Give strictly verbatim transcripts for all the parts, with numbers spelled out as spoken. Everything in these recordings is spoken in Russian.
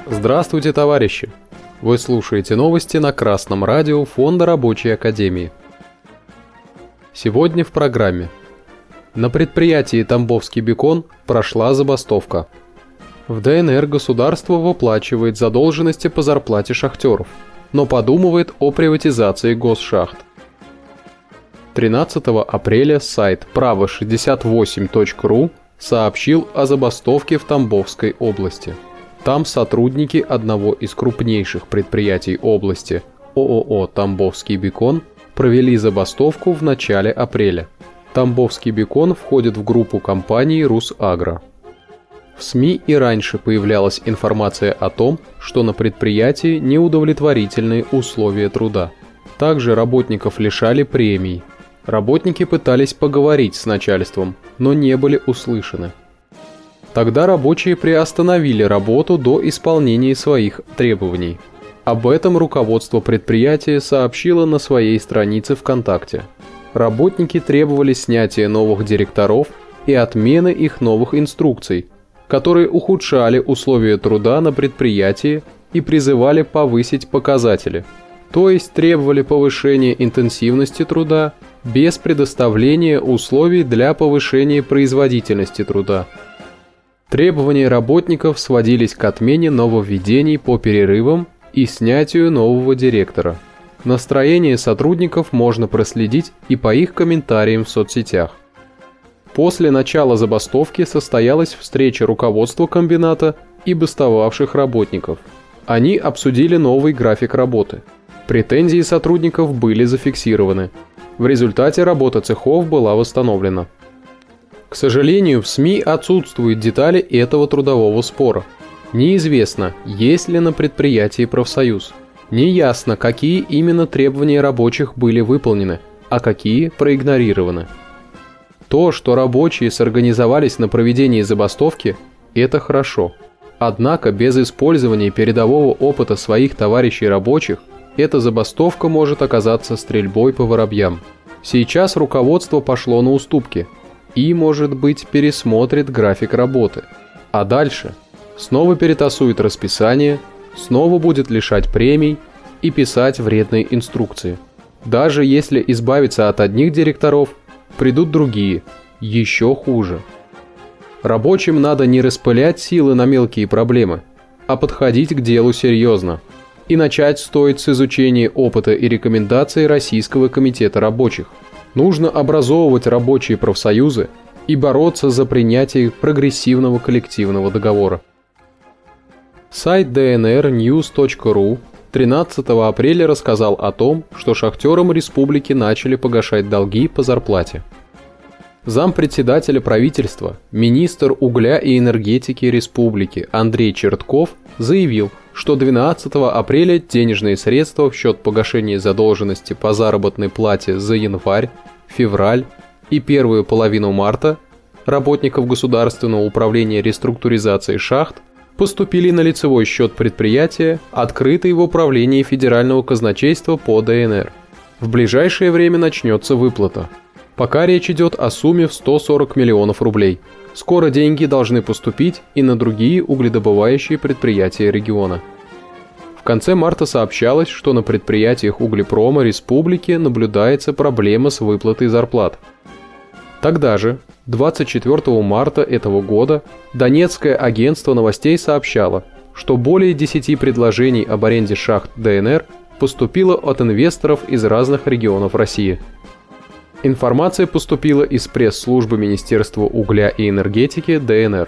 Здравствуйте, товарищи! Вы слушаете новости на Красном радио Фонда Рабочей Академии. Сегодня в программе. На предприятии «Тамбовский бекон» прошла забастовка. В ДНР государство выплачивает задолженности по зарплате шахтеров, но подумывает о приватизации госшахт. тринадцатого апреля сайт право шестьдесят восемь точка ру сообщил о забастовке в Тамбовской области. Там сотрудники одного из крупнейших предприятий области, ООО «Тамбовский бекон», провели забастовку в начале апреля. Тамбовский бекон входит в группу компаний «Русагро». В СМИ и раньше появлялась информация о том, что на предприятии неудовлетворительные условия труда. Также работников лишали премий. Работники пытались поговорить с начальством, но не были услышаны. Тогда рабочие приостановили работу до исполнения своих требований. Об этом руководство предприятия сообщило на своей странице ВКонтакте. Работники требовали снятия новых директоров и отмены их новых инструкций, которые ухудшали условия труда на предприятии и призывали повысить показатели, то есть требовали повышения интенсивности труда без предоставления условий для повышения производительности труда. Требования работников сводились к отмене нововведений по перерывам и снятию нового директора. Настроение сотрудников можно проследить и по их комментариям в соцсетях. После начала забастовки состоялась встреча руководства комбината и бастовавших работников. Они обсудили новый график работы. Претензии сотрудников были зафиксированы. В результате работа цехов была восстановлена. К сожалению, в СМИ отсутствуют детали этого трудового спора. Неизвестно, есть ли на предприятии профсоюз. Неясно, какие именно требования рабочих были выполнены, а какие проигнорированы. То, что рабочие сорганизовались на проведении забастовки, это хорошо. Однако без использования передового опыта своих товарищей рабочих, эта забастовка может оказаться стрельбой по воробьям. Сейчас руководство пошло на уступки и, может быть, пересмотрит график работы. А дальше снова перетасует расписание, снова будет лишать премий и писать вредные инструкции. Даже если избавиться от одних директоров, придут другие, еще хуже. Рабочим надо не распылять силы на мелкие проблемы, а подходить к делу серьезно. И начать стоит с изучения опыта и рекомендаций Российского комитета рабочих. Нужно образовывать рабочие профсоюзы и бороться за принятие прогрессивного коллективного договора. Сайт ди эн эр ньюс точка ру тринадцатого апреля рассказал о том, что шахтерам республики начали погашать долги по зарплате. Зампредседателя правительства, министр угля и энергетики республики Андрей Чертков заявил, что двенадцатого апреля денежные средства в счет погашения задолженности по заработной плате за январь, февраль и первую половину марта работников Государственного управления реструктуризации шахт поступили на лицевой счет предприятия, открытый в управлении Федерального казначейства по дэ эн эр. В ближайшее время начнется выплата. Пока речь идет о сумме в сто сорок миллионов рублей. Скоро деньги должны поступить и на другие угледобывающие предприятия региона. В конце марта сообщалось, что на предприятиях углепрома республики наблюдается проблема с выплатой зарплат. Тогда же, двадцать четвёртого марта этого года, Донецкое агентство новостей сообщало, что более десяти предложений об аренде шахт дэ эн эр поступило от инвесторов из разных регионов России. Информация поступила из пресс-службы Министерства угля и энергетики дэ эн эр.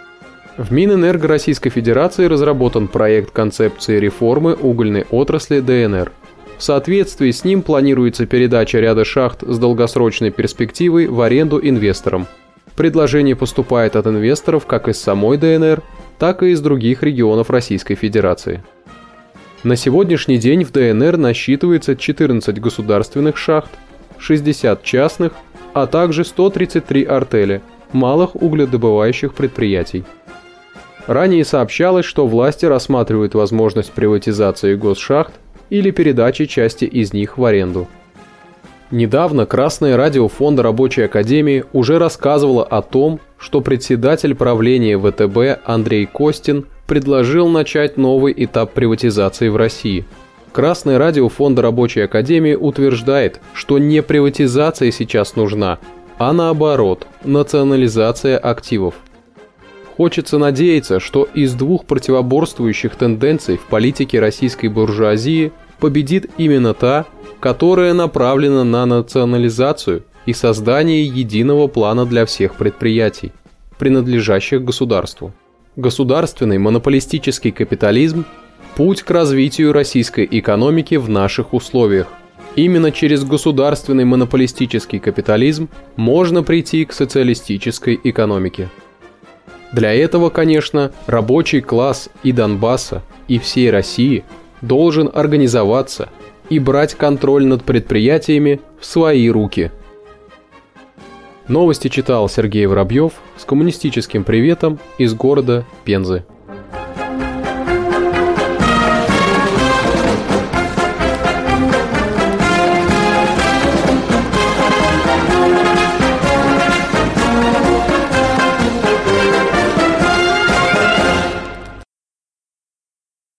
В Минэнерго Российской Федерации разработан проект концепции реформы угольной отрасли дэ эн эр. В соответствии с ним планируется передача ряда шахт с долгосрочной перспективой в аренду инвесторам. Предложение поступает от инвесторов как из самой дэ эн эр, так и из других регионов Российской Федерации. На сегодняшний день в дэ эн эр насчитывается четырнадцать государственных шахт, шестьдесят частных, а также сто тридцать три артели, малых угледобывающих предприятий. Ранее сообщалось, что власти рассматривают возможность приватизации госшахт или передачи части из них в аренду. Недавно Красное радио Фонда Рабочей Академии уже рассказывало о том, что председатель правления вэ тэ бэ Андрей Костин предложил начать новый этап приватизации в России. Красное радио Фонда Рабочей Академии утверждает, что не приватизация сейчас нужна, а наоборот, национализация активов. Хочется надеяться, что из двух противоборствующих тенденций в политике российской буржуазии победит именно та, которая направлена на национализацию и создание единого плана для всех предприятий, принадлежащих государству. Государственный монополистический капитализм – путь к развитию российской экономики в наших условиях. Именно через государственный монополистический капитализм можно прийти к социалистической экономике. Для этого, конечно, рабочий класс и Донбасса, и всей России должен организоваться и брать контроль над предприятиями в свои руки. Новости читал Сергей Воробьев с коммунистическим приветом из города Пензы.